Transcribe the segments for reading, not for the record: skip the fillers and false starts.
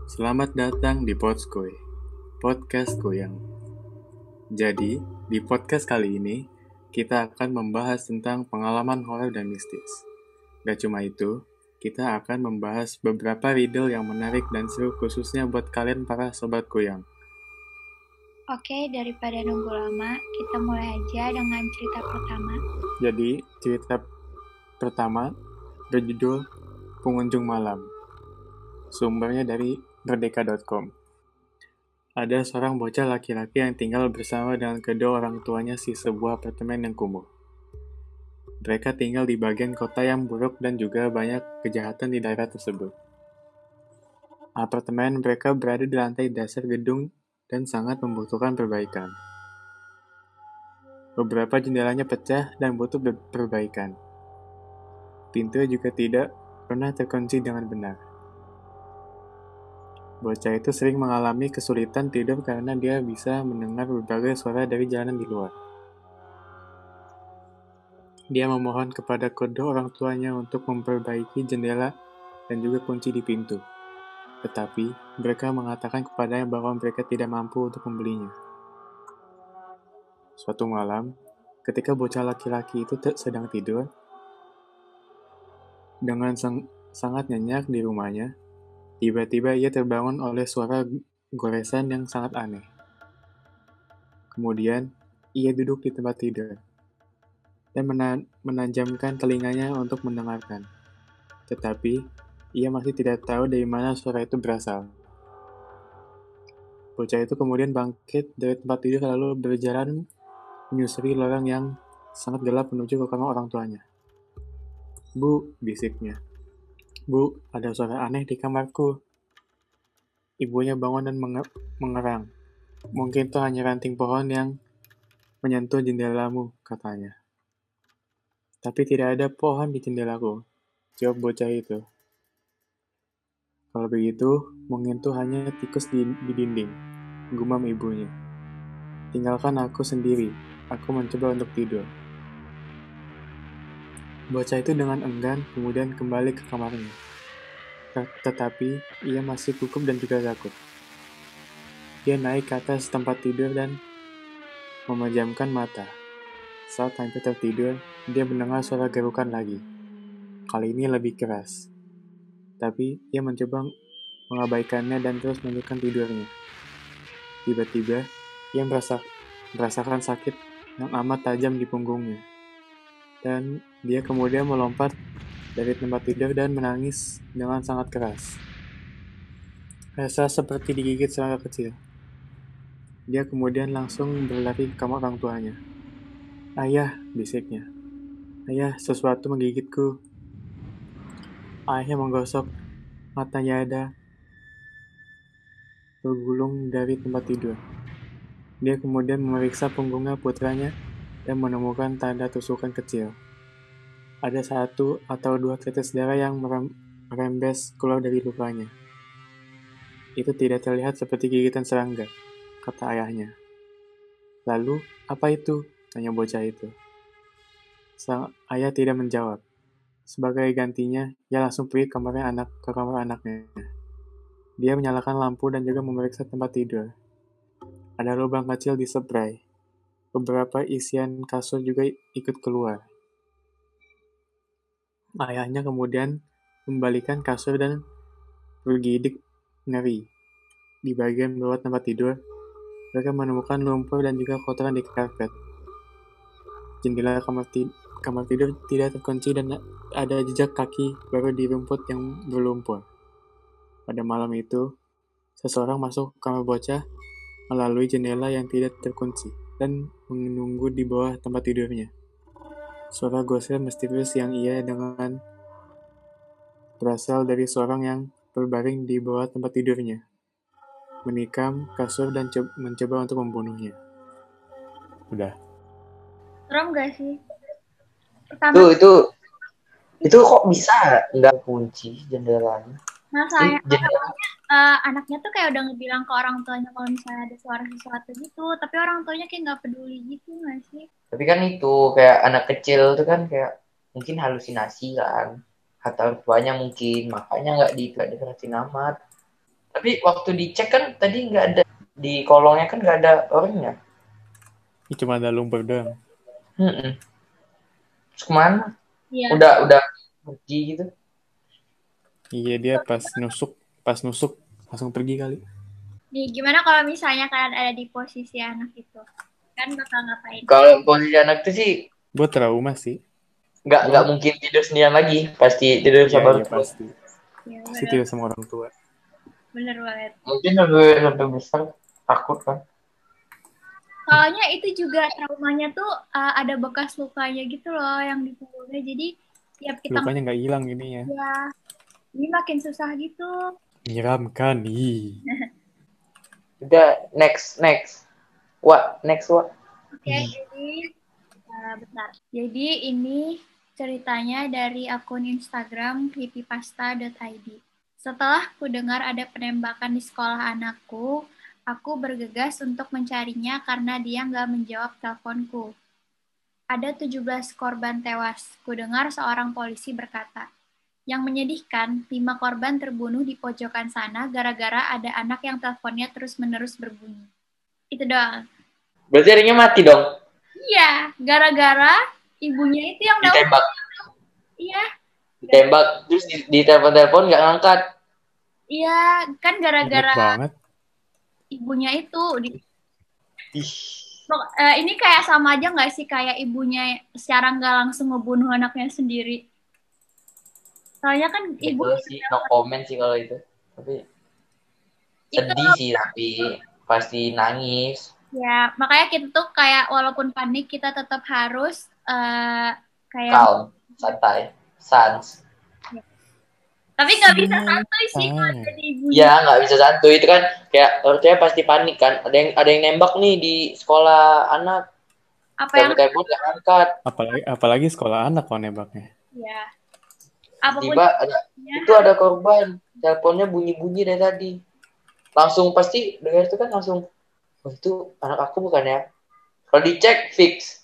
Selamat datang di Podskoy, podcast goyang. Jadi, di podcast kali ini, kita akan membahas tentang pengalaman horor dan mistis. Gak cuma itu, kita akan membahas beberapa riddle yang menarik dan seru khususnya buat kalian para sobat goyang. Oke, daripada nunggu lama, kita mulai aja dengan cerita pertama. Jadi, cerita pertama berjudul Pengunjung Malam. Sumbernya dari merdeka.com. Ada seorang bocah laki-laki yang tinggal bersama dengan kedua orang tuanya di sebuah apartemen yang kumuh. Mereka tinggal di bagian kota yang buruk dan juga banyak kejahatan di daerah tersebut. Apartemen mereka berada di lantai dasar gedung dan sangat membutuhkan perbaikan. Beberapa jendelanya pecah dan butuh perbaikan. Pintu juga tidak pernah terkunci dengan benar. Bocah itu sering mengalami kesulitan tidur karena dia bisa mendengar berbagai suara dari jalanan di luar. Dia memohon kepada kedua orang tuanya untuk memperbaiki jendela dan juga kunci di pintu. Tetapi, mereka mengatakan kepadanya bahwa mereka tidak mampu untuk membelinya. Suatu malam, ketika bocah laki-laki itu sedang tidur, dengan sangat nyenyak di rumahnya, tiba-tiba ia terbangun oleh suara goresan yang sangat aneh. Kemudian, ia duduk di tempat tidur dan menajamkan telinganya untuk mendengarkan. Tetapi, ia masih tidak tahu dari mana suara itu berasal. Bocah itu kemudian bangkit dari tempat tidur lalu berjalan menyusuri lorong yang sangat gelap menuju ke kamar orang tuanya. "Bu," bisiknya. "Bu, ada suara aneh di kamarku." Ibunya bangun dan mengerang. "Mungkin itu hanya ranting pohon yang menyentuh jendelamu," katanya. "Tapi tidak ada pohon di jendelaku," jawab bocah itu. "Kalau begitu, mungkin itu hanya tikus di dinding," gumam ibunya. "Tinggalkan aku sendiri, aku mencoba untuk tidur." Bocah itu dengan enggan kemudian kembali ke kamarnya. Tetapi, ia masih gugup dan juga takut. Dia naik ke atas tempat tidur dan memejamkan mata. Saat hampir tertidur, dia mendengar suara gerukan lagi. Kali ini lebih keras. Tapi, ia mencoba mengabaikannya dan terus melanjutkan tidurnya. Tiba-tiba, ia merasakan sakit yang amat tajam di punggungnya. Dan dia kemudian melompat dari tempat tidur dan menangis dengan sangat keras. Rasa seperti digigit serangga kecil. Dia kemudian langsung berlari ke kamar orang tuanya. "Ayah," bisiknya. "Ayah, sesuatu menggigitku." Ayahnya menggosok mata Yada bergulung dari tempat tidur. Dia kemudian memeriksa punggungnya putranya dan menemukan tanda tusukan kecil. Ada 1 atau 2 tetes darah yang merembes keluar dari lukanya. "Itu tidak terlihat seperti gigitan serangga," kata ayahnya. "Lalu, apa itu?" tanya bocah itu. Sang ayah tidak menjawab. Sebagai gantinya, ia langsung pergi ke kamar anaknya. Dia menyalakan lampu dan juga memeriksa tempat tidur. Ada lubang kecil di spray. Beberapa isian kasur juga ikut keluar. Ayahnya kemudian membalikan kasur dan bergidik ngeri. Di bagian bawah tempat tidur, mereka menemukan lumpur dan juga kotoran di karpet. Jendela kamar tidur tidak terkunci dan ada jejak kaki baru di rumput yang berlumpur. Pada malam itu, seseorang masuk ke kamar bocah melalui jendela yang tidak terkunci dan menunggu di bawah tempat tidurnya. Suara gosir misterius yang ia dengar berasal dari seorang yang berbaring di bawah tempat tidurnya, menikam kasur dan mencoba untuk membunuhnya. Udah. Serem gak sih? Pertama, Itu kok bisa nggak kunci jendelanya? masalahnya anaknya tuh kayak udah ngebilang ke orang tuanya kalau misalnya ada suara sesuatu gitu, tapi orang tuanya kayak nggak peduli gitu nggak sih? Tapi kan itu kayak anak kecil tuh kan kayak mungkin halusinasi kan, atau tuanya mungkin makanya nggak dikasih amat. Tapi waktu dicek kan tadi nggak ada di kolongnya kan nggak ada orangnya. Ini cuma ada lumpur doang. Mm-mm. Terus kemana? Iya. Udah pergi gitu. Iya, dia pas nusuk langsung pergi kali. Nih, gimana kalau misalnya kalian ada di posisi anak itu? Kan bakal ngapain? Kalau posisi anak itu sih Gue trauma sih. nggak Gue, mungkin tidur sendirian lagi, pasti tidur iya, sama orang iya tua. pasti. Ya, Pasti bener, tidak sama orang tua. bener banget. Mungkin sampai besar takut kan. Soalnya itu juga traumanya tuh ada bekas lukanya gitu loh yang di punggungnya. Jadi tiap kita Lukanya nggak hilang ininya. ya, ini makin susah gitu. Menyeramkan. Ih. Udah next. What? Oke, jadi bentar. Jadi ini ceritanya dari akun Instagram creepypasta.id. Setelah ku dengar ada penembakan di sekolah anakku, aku bergegas untuk mencarinya karena dia nggak menjawab teleponku. Ada 17 korban tewas. Ku dengar seorang polisi berkata, yang menyedihkan, 5 korban terbunuh di pojokan sana gara-gara ada anak yang teleponnya terus-menerus berbunyi. Itu doang. Berarti akhirnya mati dong. Iya, gara-gara ibunya itu yang nelpon. Ditembak. Iya, Ditembak. Terus di telepon nggak ngangkat. iya, kan Ingat gara-gara banget. ibunya itu. Ih. Ini kayak sama aja nggak sih kayak ibunya secara nggak langsung ngebunuh anaknya sendiri. Soalnya kan ibu Itu sih no comment sih kalau itu. Tapi itu sedih sih tapi pasti nangis. ya makanya kita tuh kayak walaupun panik kita tetap harus kayak Calm, santai, sans. tapi nggak bisa santuy sih kalau Santai. jadi ibunya. Ya nggak bisa santuy itu kan kayak orangnya pasti panik kan. Ada yang nembak nih di sekolah anak. Apa yang Telepon nggak angkat. Apalagi sekolah anak kok nembaknya. ya apapun Tiba ya, itu ada korban. Teleponnya bunyi-bunyi dari tadi. Langsung pasti dengar itu kan langsung. Oh, itu anak aku bukan ya? Kalau dicek fix.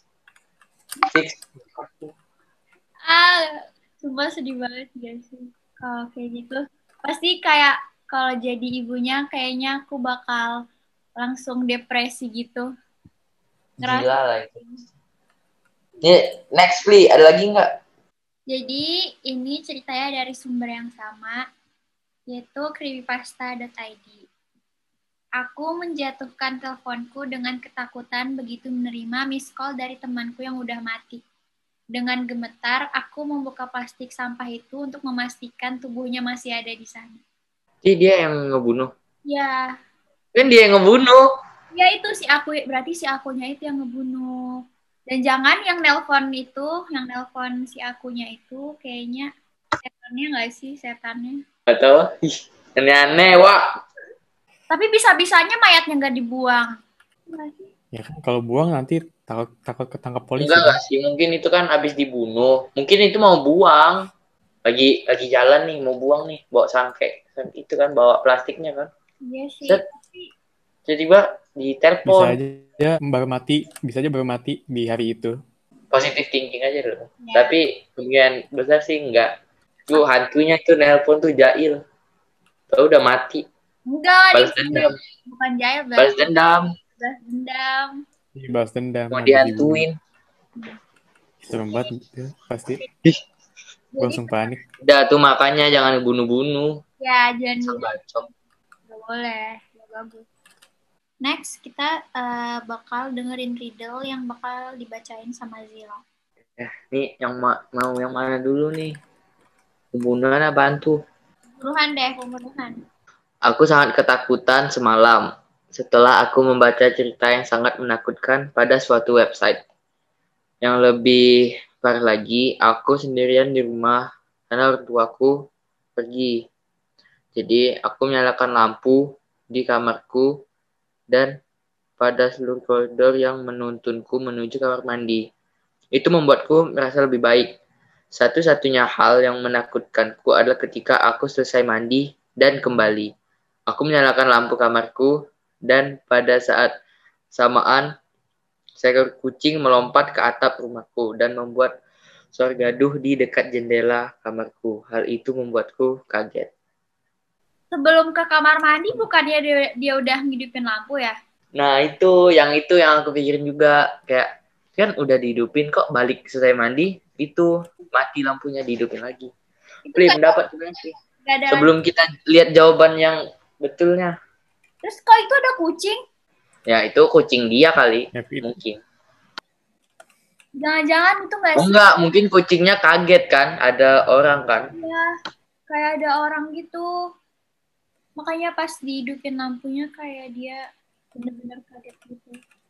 sumpah sedih banget gak sih kalau kayak gitu. Pasti kayak kalau jadi ibunya kayaknya aku bakal langsung depresi gitu. Ngerasa. Gila lah itu. Ini next Pli, ada lagi nggak? Jadi ini ceritanya dari sumber yang sama, yaitu creepypasta.id. Aku menjatuhkan teleponku dengan ketakutan begitu menerima miss call dari temanku yang udah mati. Dengan gemetar, aku membuka plastik sampah itu untuk memastikan tubuhnya masih ada di sana. Jadi dia yang ngebunuh. Ya, Kan dia yang ngebunuh. ya itu si aku, berarti si akunya itu yang ngebunuh. Dan jangan yang nelpon itu, yang nelpon si akunya itu kayaknya setannya nggak sih setannya? Gak tahu. Ih, aneh-aneh, wah. Tapi bisa-bisanya mayatnya nggak dibuang. Nggak sih? Ya kan kalau buang nanti takut ketangkap polisi Enggak kan. sih, mungkin itu kan abis dibunuh. Mungkin itu mau buang. Lagi jalan nih, mau buang nih, bawa sangke. Kan itu kan bawa plastiknya kan. Iya sih. Set, tiba-tiba ditelepon. Bisa aja baru mati di hari itu. Positive thinking aja dulu. Ya. Tapi kemungkinan besar sih enggak. Tuh hantunya tuh nelpon tuh Jail. Tuh udah mati. Enggak, Balas dendam. bukan jahil, Balas dendam. balas dendam. Balas dendam. Mau habis dihantuin. dibunuh. Serem banget ya, pasti. Ih, Gue langsung panik. udah tuh makanya jangan bunuh-bunuh. Ya, jangan Asal bacok. nggak boleh, nggak bagus. Next, kita bakal dengerin riddle yang bakal dibacain sama Zila. Nih yang mau yang mana dulu nih? Pembunuhan apaan tuh? Pembunuhan. Aku sangat ketakutan semalam setelah aku membaca cerita yang sangat menakutkan pada suatu website. Yang lebih parah lagi, aku sendirian di rumah karena orang tuaku pergi. Jadi aku menyalakan lampu di kamarku dan pada seluruh koridor yang menuntunku menuju kamar mandi. Itu membuatku merasa lebih baik. Satu-satunya hal yang menakutkanku adalah ketika aku selesai mandi dan kembali. Aku menyalakan lampu kamarku dan pada saat samaan seekor kucing melompat ke atap rumahku dan membuat suara gaduh di dekat jendela kamarku. Hal itu membuatku kaget. sebelum ke kamar mandi bukannya dia udah ngidupin lampu ya? Nah itu yang aku pikirin juga, kayak kan udah dihidupin kok balik selesai mandi itu mati lampunya dihidupin lagi. Itu Belum dapat sih. nggak ada Sebelum kita lihat jawaban yang betulnya. Terus kok itu ada kucing? Ya itu kucing dia kali, Ya, itu. mungkin. Jangan-jangan itu nggak Oh sih? enggak, mungkin kucingnya kaget kan, ada orang kan. Iya, kayak ada orang gitu. Makanya pas dihidupin lampunya kayak dia bener-bener kaget gitu.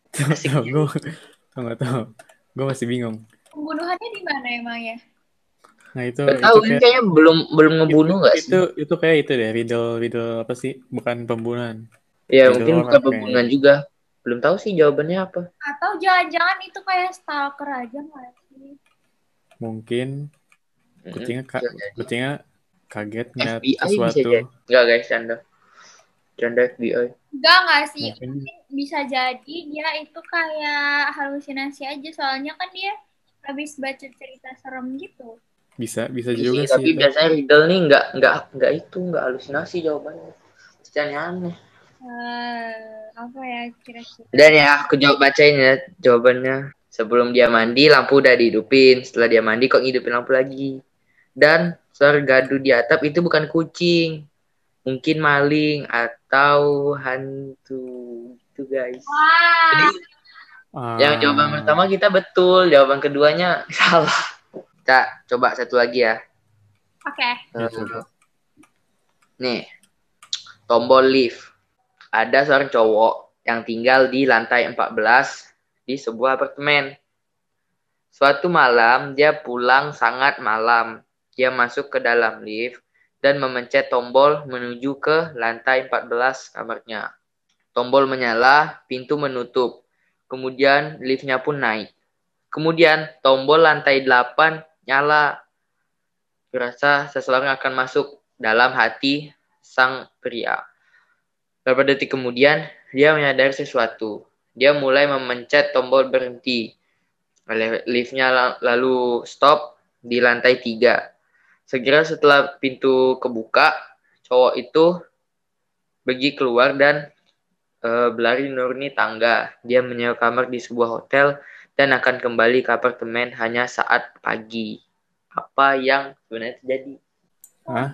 Gue masih bingung. Pembunuhannya di mana emang ya? Nah itu Gak tahu, ini kayak kayaknya belum ngebunuh nggak sih? itu kayak itu deh, riddle apa sih? Bukan pembunuhan. Ya Riddle mungkin bukan orang pembunuhan kayaknya. juga. Belum tahu sih jawabannya apa. Atau jangan-jangan itu kayak stalker aja nggak sih? Mungkin Bisa jadi. kucingnya kaget ngeliat FBI bisa sesuatu. jadi. Enggak guys, canda FBI. Nggak sih. Mungkin Mungkin bisa jadi dia itu kayak halusinasi aja. Soalnya kan dia habis baca cerita serem gitu. bisa Iya juga sih, sih tapi itu. biasanya riddle nih nggak halusinasi jawabannya. Pasti aneh. Apa ya kira-kira? Dan ya aku bacain ya jawabannya. Sebelum dia mandi lampu udah dihidupin. Setelah dia mandi kok ngidupin lampu lagi. Dan suara gaduh di atap itu bukan kucing. Mungkin maling atau hantu gitu guys. Jadi yang jawaban pertama kita betul, jawaban keduanya salah. Kita coba satu lagi ya. Oke. Nih, tombol lift. Ada seorang cowok yang tinggal di lantai 14 di sebuah apartemen. Suatu malam, dia pulang sangat malam. Dia masuk ke dalam lift dan memencet tombol menuju ke lantai 14 kamarnya. Tombol menyala, pintu menutup. Kemudian liftnya pun naik. Kemudian tombol lantai 8 nyala. Berasa seseorang akan masuk dalam hati sang pria. Beberapa detik kemudian, dia menyadari sesuatu. Dia mulai memencet tombol berhenti. Liftnya lalu stop di lantai 3. Segera setelah pintu kebuka, cowok itu pergi keluar dan berlari menuruni tangga. Dia menyewa kamar di sebuah hotel dan akan kembali ke apartemen hanya saat pagi. Apa yang sebenarnya terjadi? Hah?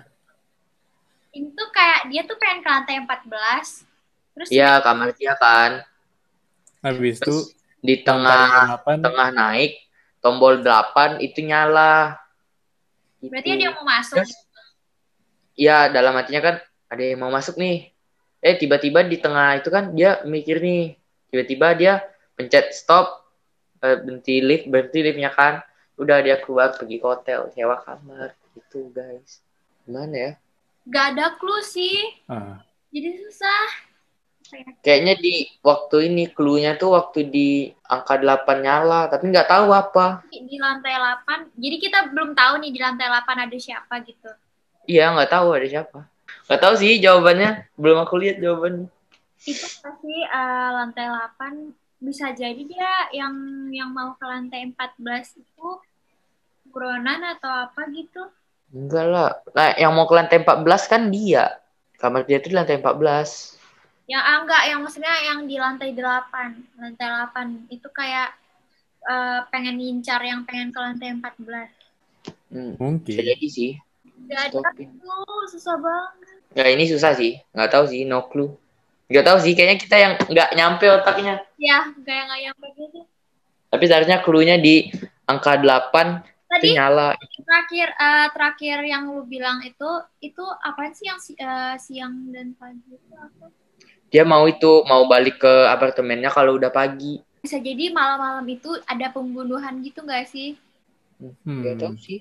Itu kayak dia tuh pengen ke lantai 14. Terus Ya, kamar dia kan. Habis itu Di lantai 8. tengah naik, tombol 8 itu nyala. berarti dia mau masuk. Terus, ya, dalam hatinya kan ada yang mau masuk nih. Tiba-tiba di tengah itu kan dia mikir nih. Tiba-tiba dia pencet stop, berhenti liftnya kan. Udah dia keluar pergi ke hotel, sewa kamar. Gitu guys. Gimana ya? Gak ada clue sih. Jadi susah. Kayaknya di waktu ini clue-nya tuh waktu di angka 8 nyala, tapi nggak tahu apa. Di lantai 8, jadi kita belum tahu nih di lantai 8 ada siapa gitu. Iya, nggak tahu ada siapa. Nggak tahu sih jawabannya, belum aku lihat jawabannya. Itu pasti lantai 8 bisa jadi dia yang mau ke lantai 14 itu buronan atau apa gitu. Enggak lah. Nah, yang mau ke lantai 14 kan dia. Kamar dia tuh di lantai 14. Enggak, yang maksudnya yang di lantai 8. Lantai 8 itu kayak pengen ngincar yang pengen ke lantai 14. Mungkin. Bisa jadi sih. Gak ada tuh, susah banget. Nggak, ini susah sih. Nggak tahu sih, no clue. Nggak tahu sih, kayaknya kita yang nggak nyampe otaknya. Ya, kayak nggak nyampe gitu. Tapi seharusnya clue-nya di angka 8 tadi itu nyala. Terakhir yang lu bilang itu apaan sih yang siang dan pagi itu apa? Dia mau balik ke apartemennya kalau udah pagi. Bisa jadi malam-malam itu ada pembunuhan gitu nggak sih? Nggak tahu sih.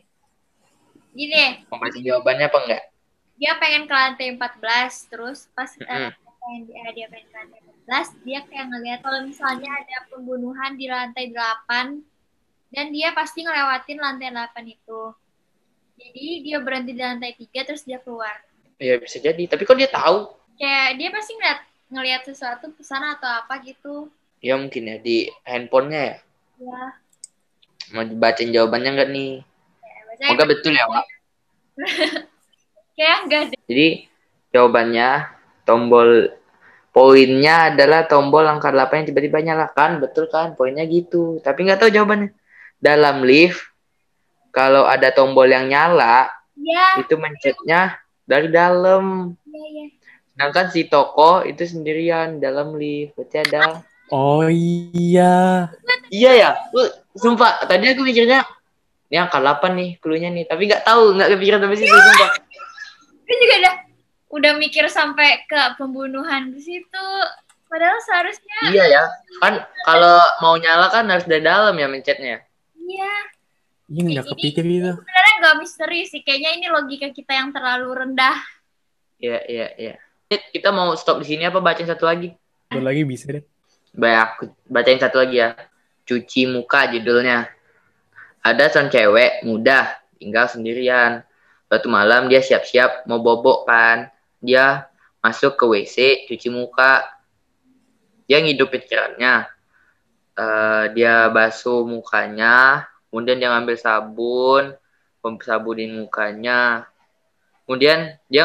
Gini. Mau kasih jawabannya apa enggak? Dia pengen ke lantai 14, terus pas dia pengen ke lantai 14, dia kayak ngeliat kalau misalnya ada pembunuhan di lantai 8, dan dia pasti ngelewatin lantai 8 itu. Jadi dia berhenti di lantai 3, terus dia keluar. Ya bisa jadi, tapi kok dia tahu? Kayak dia pasti ngeliat sesuatu pesan atau apa gitu. Ya mungkin ya, di handphonenya ya. Ya. Mau dibacain jawabannya enggak nih? Semoga betul ya, Pak. Kayak enggak deh. Jadi Jawabannya tombol poinnya adalah tombol angka 8 yang tiba-tiba nyala kan, betul kan? Poinnya gitu. Tapi nggak tahu jawabannya. Dalam lift, kalau ada tombol yang nyala, Ya, itu mencetnya dari dalam. ya. Sedangkan si toko itu sendirian dalam lift. Berarti ada. Oh iya. Iya ya. Sumpah, tadi aku mikirnya ini angka 8 nih, cluenya nih. Tapi nggak tahu, nggak kepikiran sampai situ, sumpah. Gue juga udah mikir sampai ke pembunuhan di situ. Padahal seharusnya Iya ya. Kan kalau mau nyala kan harus dari dalam ya mencetnya. iya. Iya nggak Ini kepikir gitu. sebenarnya nggak misteri sih. Kayaknya ini logika kita yang terlalu rendah. Iya, iya, iya. Kita mau stop di sini apa bacain satu lagi? Satu lagi bisa deh. Baik, aku bacain satu lagi ya. Cuci muka judulnya. Ada seorang cewek muda tinggal sendirian. Suatu malam dia siap-siap mau bobok kan. Dia masuk ke WC cuci muka. Dia ngidup pikirannya. Dia basuh mukanya. Kemudian dia ngambil sabun. Sabunin mukanya. Kemudian dia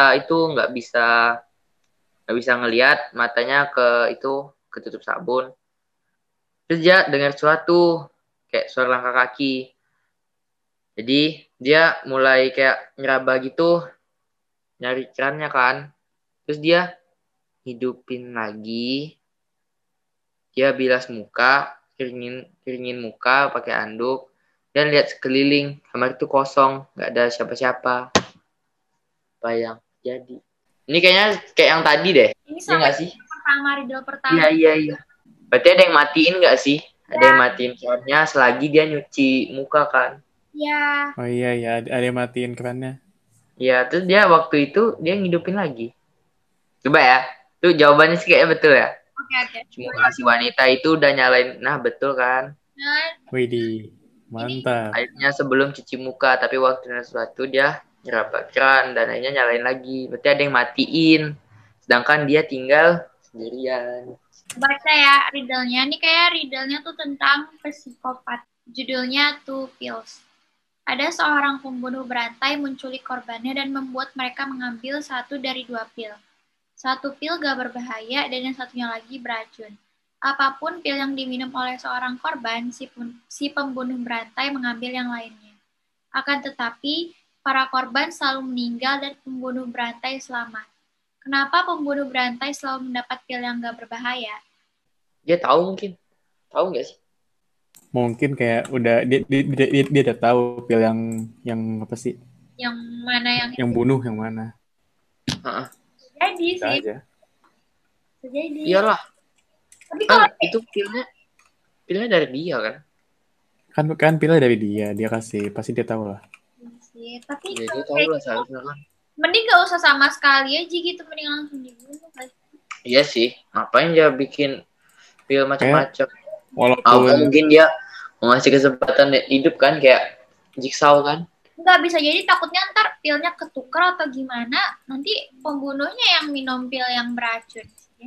nggak bisa ngelihat matanya itu ketutup sabun. Terus dia dengar suatu kayak suara langkah kaki. Jadi dia mulai kayak nyeraba gitu, nyari kerannya kan. Terus dia hidupin lagi, dia bilas muka, keringin muka pakai anduk, dan lihat sekeliling, kamar itu kosong, nggak ada siapa-siapa. Apa yang jadi? Ini kayaknya kayak yang tadi deh. Ini Iya sama nggak sih? riddle pertama. Iya, iya, iya. Berarti ada yang matiin nggak sih? Ada Ya. yang matiin kerannya selagi dia nyuci muka kan? Ya. Oh iya ya, ada yang matiin kerannya. Ya, terus dia waktu itu dia ngidupin lagi. Coba ya. Tuh jawabannya sih kayaknya betul ya. Oke. Cuma si wanita itu udah nyalain. Nah, betul kan? Nah, Widih, mantap. Airnya sebelum cuci muka, tapi waktu sesuatu dia nyerap keran dan akhirnya nyalain lagi. Berarti ada yang matiin. Sedangkan dia tinggal sendirian. baca ya riddle-nya. Ini kayak riddle-nya tuh tentang psikopat. Judulnya Two Pills. Ada seorang pembunuh berantai menculik korbannya dan membuat mereka mengambil satu dari dua pil. Satu pil gak berbahaya dan yang satunya lagi beracun. Apapun pil yang diminum oleh seorang korban, si pembunuh berantai mengambil yang lainnya. Akan tetapi, para korban selalu meninggal dan pembunuh berantai selamat. Kenapa pembunuh berantai selalu mendapat pil yang gak berbahaya? Dia tahu mungkin. Tahu nggak sih? Mungkin kayak udah dia udah tahu pil yang apa sih? Yang mana Yang bunuh yang mana? Heeh. jadi Bisa sih? aja. Jadi. Iyalah. Tapi Kan kalau itu pilnya dari dia kan. Kan pilnya dari dia kasih, pasti dia tahu lah. sih, tapi Ya, kalau dia tahu kayak lah gitu, seharusnya kan. mending gak usah sama sekali aja gitu, mending langsung dibunuh. Iya sih. Ngapain dia bikin pil macam-macam? Apa Walaupun mungkin dia mau ngasih kesempatan hidup kan kayak jigsaw kan? Nggak bisa jadi, takutnya ntar pilnya ketukar atau gimana, nanti pembunuhnya yang minum pil yang beracun.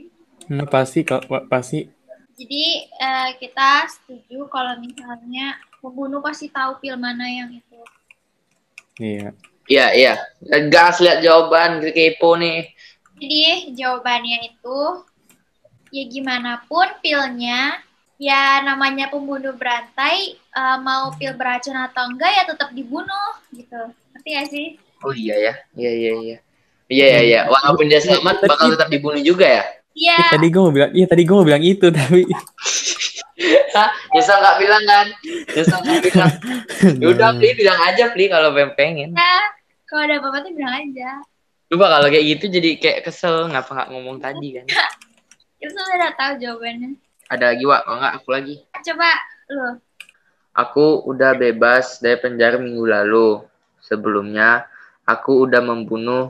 pasti Jadi kita setuju kalau misalnya pembunuh pasti tahu pil mana yang itu. iya. Iya, iya. Gas lihat jawaban, kepo nih. Jadi jawabannya itu ya gimana pun pilnya, ya namanya pembunuh berantai, mau pil beracun atau enggak ya tetap dibunuh gitu. Ngerti gak sih? Oh iya ya. Iya, iya, iya. Iya, iya, iya. Walaupun dia selamat bakal tetap dibunuh juga ya. Iya. Tadi gue mau bilang itu tapi Hah? Nyesel nggak bilang kan? Nyesel nggak bilang. Ya udah, Pli, bilang aja, Pli, kalau pengen. Ya, kalau ada apa-apa tuh bilang aja. Coba kalau kayak gitu jadi kayak kesel. Ngapa nggak ngomong tadi kan? Itu udah tahu jawabannya. Ada lagi, Wak. Kalau nggak, aku lagi. Coba lo. Aku udah bebas dari penjara minggu lalu. Sebelumnya, aku udah membunuh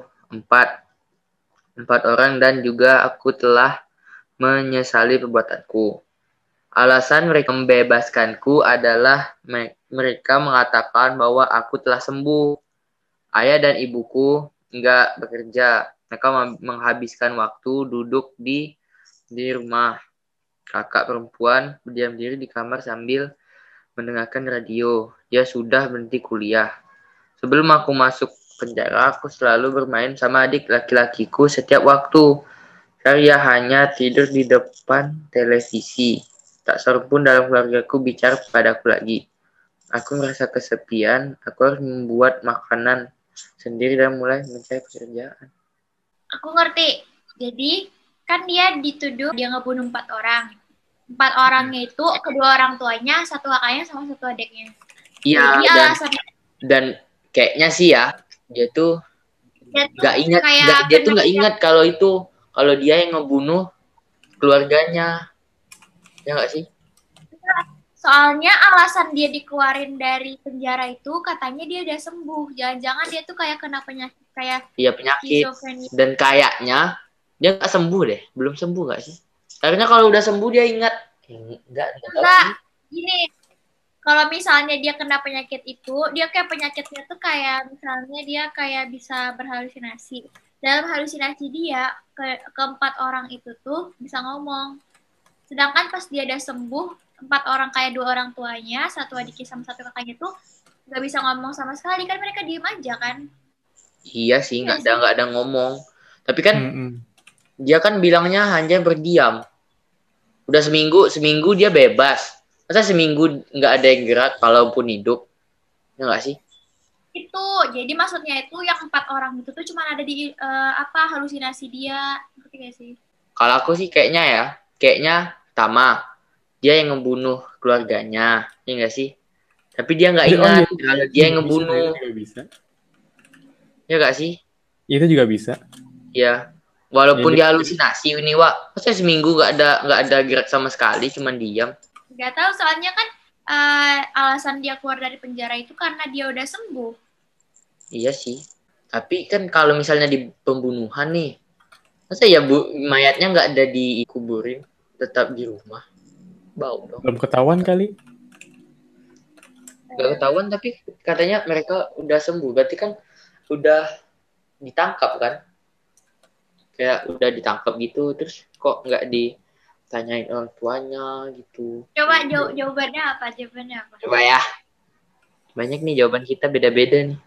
empat orang dan juga aku telah menyesali perbuatanku. Alasan mereka membebaskanku adalah mereka mengatakan bahwa aku telah sembuh. Ayah dan ibuku nggak bekerja. Mereka menghabiskan waktu duduk di rumah. Kakak perempuan berdiam diri di kamar sambil mendengarkan radio. Dia sudah berhenti kuliah. Sebelum aku masuk penjara, aku selalu bermain sama adik laki-lakiku setiap waktu. Saya hanya tidur di depan televisi. Tak seorang pun dalam keluargaku bicara padaku lagi. Aku merasa kesepian, aku harus membuat makanan sendiri dan mulai mencari pekerjaan. Aku ngerti. Jadi, kan dia dituduh dia ngebunuh 4 orang. 4 orangnya itu kedua orang tuanya, satu kakaknya sama satu adiknya. Iya, Jadi alasannya dan kayaknya sih ya, dia tuh dia tuh nggak ingat, kayak dia tuh nggak ingat kalau dia yang ngebunuh keluarganya, ya nggak sih? soalnya alasan dia dikeluarin dari penjara itu katanya dia udah sembuh. Jangan-jangan dia tuh kayak kena penyakit kayak Iya penyakit, schizophrenia. dan kayaknya dia nggak sembuh deh, belum sembuh nggak sih? Karena kalau udah sembuh dia ingat, nggak tahu Enggak, sih. gini, kalau misalnya dia kena penyakit itu, dia kayak penyakitnya tuh kayak misalnya dia kayak bisa berhalusinasi. Dalam halusinasi dia, keempat orang itu tuh bisa ngomong. Sedangkan pas dia udah sembuh, 4 orang kayak 2 orang tuanya, satu adiknya sama satu kakaknya tuh nggak bisa ngomong sama sekali. Kan mereka diem aja kan. Iya sih, Iya nggak ada ngomong. Tapi kan Mm-mm. dia kan bilangnya hanya berdiam. Udah seminggu dia bebas. Masa seminggu nggak ada yang gerak kalaupun hidup? Ya nggak sih? Itu, jadi maksudnya itu yang 4 orang itu tuh cuma ada di halusinasi dia. Ngerti gak sih? Kalau aku sih kayaknya pertama dia yang ngebunuh keluarganya, ya nggak sih? Tapi dia nggak Oh ingat iya, kalau itu dia yang juga bisa, itu ngebunuh, juga bisa. ya nggak sih? Itu juga bisa. Ya, walaupun Jadi, dia halusinasi ini, Wak. Masa seminggu nggak ada gerak sama sekali, cuman diam. Gak tahu soalnya kan alasan dia keluar dari penjara itu karena dia udah sembuh. Iya sih. Tapi kan kalau misalnya di pembunuhan nih, masa ya mayatnya nggak ada dikuburin, tetap di rumah, bau dong. belum ketahuan kali. Nggak ketahuan tapi katanya mereka udah sembuh, berarti kan udah ditangkap kan? Kayak udah ditangkap gitu, terus kok nggak ditanyain orang tuanya gitu. Coba jawabannya apa? Jawabannya apa? Coba ya. Banyak nih jawaban kita beda-beda nih.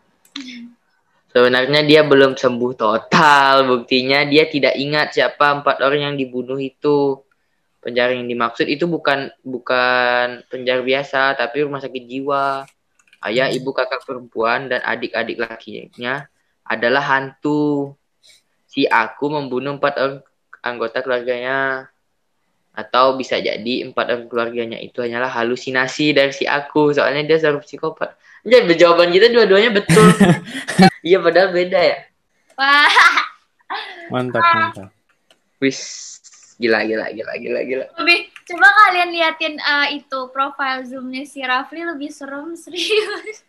Sebenarnya dia belum sembuh total. Buktinya dia tidak ingat siapa 4 orang yang dibunuh itu. Penjara yang dimaksud itu bukan penjara biasa, tapi rumah sakit jiwa. Ayah, ibu, kakak perempuan, dan adik-adik lakinya adalah hantu. Si aku membunuh 4 orang anggota keluarganya. Atau bisa jadi 4 orang keluarganya itu hanyalah halusinasi dari si aku. Soalnya dia seorang psikopat. Jadi jawaban kita dua-duanya betul. Iya padahal beda ya. Wah, Mantap, mantap. Wis, gila. lebih coba kalian liatin itu profile zoomnya si Rafli lebih serem serius.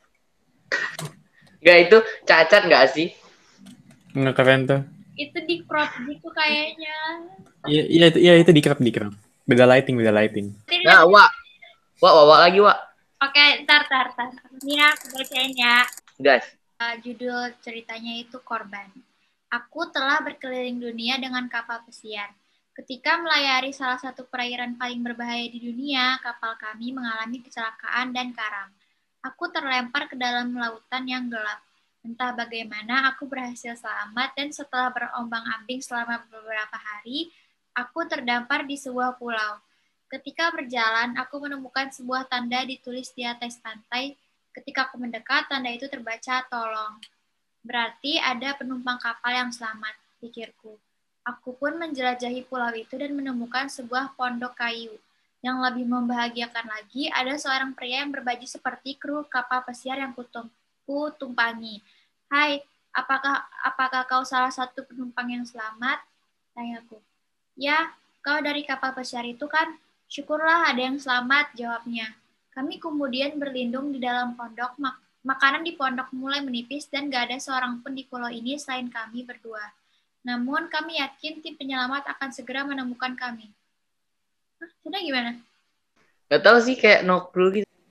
Gak itu cacat gak sih? Nggak keren tuh. Itu di crop gitu kayaknya. Iya itu dikerap. Beda lighting. Nah, Wak lagi, Wak. Oke, ntar. Ini aku bacain ya. Gas. Judul ceritanya itu Korban. Aku telah berkeliling dunia dengan kapal pesiar. Ketika melayari salah satu perairan paling berbahaya di dunia, kapal kami mengalami kecelakaan dan karam. Aku terlempar ke dalam lautan yang gelap. Entah bagaimana aku berhasil selamat dan setelah berombang-ambing selama beberapa hari, aku terdampar di sebuah pulau. Ketika berjalan, aku menemukan sebuah tanda ditulis di atas pantai. Ketika aku mendekat, tanda itu terbaca tolong. Berarti ada penumpang kapal yang selamat, pikirku. Aku pun menjelajahi pulau itu dan menemukan sebuah pondok kayu. Yang lebih membahagiakan lagi, ada seorang pria yang berbaju seperti kru kapal pesiar yang kutumpangi. Hai, apakah kau salah satu penumpang yang selamat? Tanyaku. Ya, kau dari kapal pesiar itu kan? Syukurlah ada yang selamat, jawabnya. Kami kemudian berlindung di dalam pondok. Makanan di pondok mulai menipis dan gak ada seorang pun di pulau ini selain kami berdua. Namun kami yakin tim penyelamat akan segera menemukan kami. Sudah gimana? Gak tahu sih, kayak no clue gitu.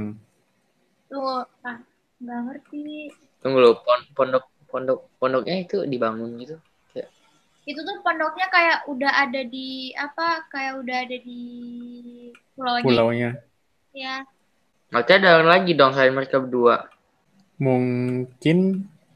Tuh, nggak ngerti. Tunggu lo, pondoknya itu dibangun gitu. Itu tuh pondoknya kayak udah ada di Pulaunya. Ya. Berarti ada orang lagi dong selain mereka berdua. Mungkin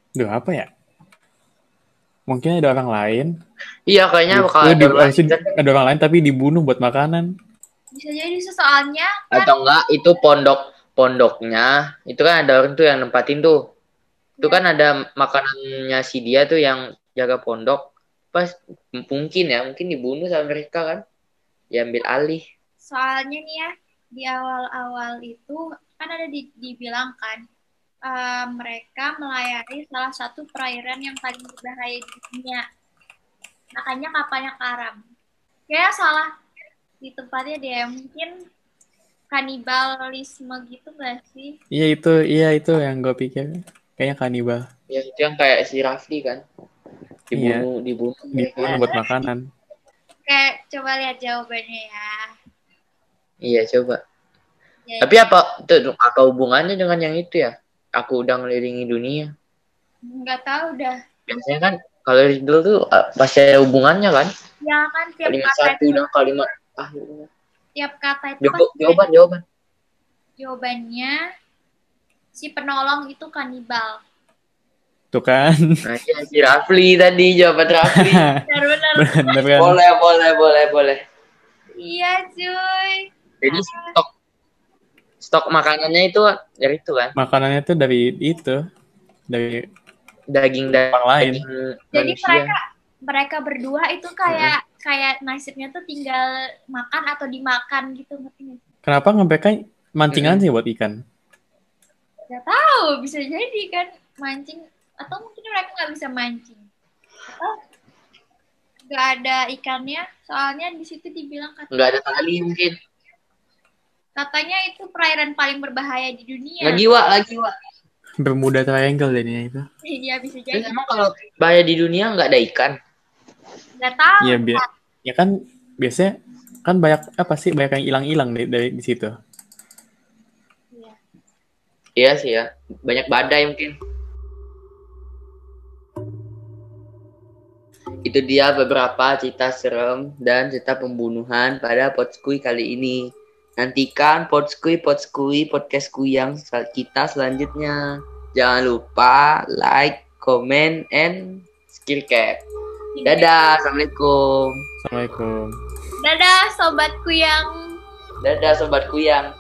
Duh, apa ya? Mungkin ada orang lain. Iya, kayaknya bakal ada orang lain kan. Ada orang lain tapi dibunuh buat makanan. Bisa jadi soalnya kan Atau enggak, itu pondoknya. Itu kan ada orang tuh yang nempatin tuh. Itu ya, kan ada makanannya si dia tuh yang jaga pondok. Pas mungkin dibunuh sama mereka kan. Diambil alih. soalnya nih ya di awal-awal itu kan ada dibilang kan mereka melayari salah satu perairan yang paling berbahaya di dunia. Makanya kapalnya karam. Kayak salah di tempatnya dia mungkin kanibalisme gitu gak sih? Iya itu yang gue pikir. Kayaknya kanibal. Ya itu yang kayak si Rafli kan. Iya, Dibunuh dibunuh mereka. buat makanan. Kayak coba lihat jawabannya ya. Iya, coba. Jadi, Tapi apa hubungannya dengan yang itu ya? Aku udah ngelilingi dunia. nggak tahu dah. Biasanya kan kalau riddle tuh pasti ada hubungannya kan? Ya kan tiap Kalimat kata satu itu, dan kalimat akhirnya. tiap kata itu pasti ada Jawaban. jawabannya. Si penolong itu kanibal. Tuh kan. Nah, iya, si Rafli tadi jawaban Rafli. Benar-benar. Bener kan? Boleh. Iya cuy. Jadi stok makanannya itu dari itu kan? Makanannya tuh dari Daging orang lain. Jadi manusia. mereka berdua itu kayak nasibnya tuh tinggal makan atau dimakan gitu, ngerti nggak? Kenapa mereka mancingan sih buat ikan? Gak tahu, bisa jadi kan mancing atau mungkin mereka nggak bisa mancing. Atau nggak ada ikannya, soalnya di situ dibilang Nggak ada tali mungkin. katanya itu perairan paling berbahaya di dunia. Lagi wa. Bermuda Triangle jadinya itu. Iya bisa Terus jadi. emang kalau bahaya di dunia nggak ada ikan? Nggak tahu. Iya, ya kan biasanya kan banyak banyak yang hilang-hilang dari di situ. Iya. Iya sih ya. Banyak badai mungkin. Itu dia beberapa cerita serem dan cerita pembunuhan pada Potskui kali ini. Nantikan Potskui podcastku yang kita selanjutnya. Jangan lupa like, comment, and skill cap. Dadah, assalamualaikum. Assalamualaikum. Dadah sobatku yang Dadah sobatku yang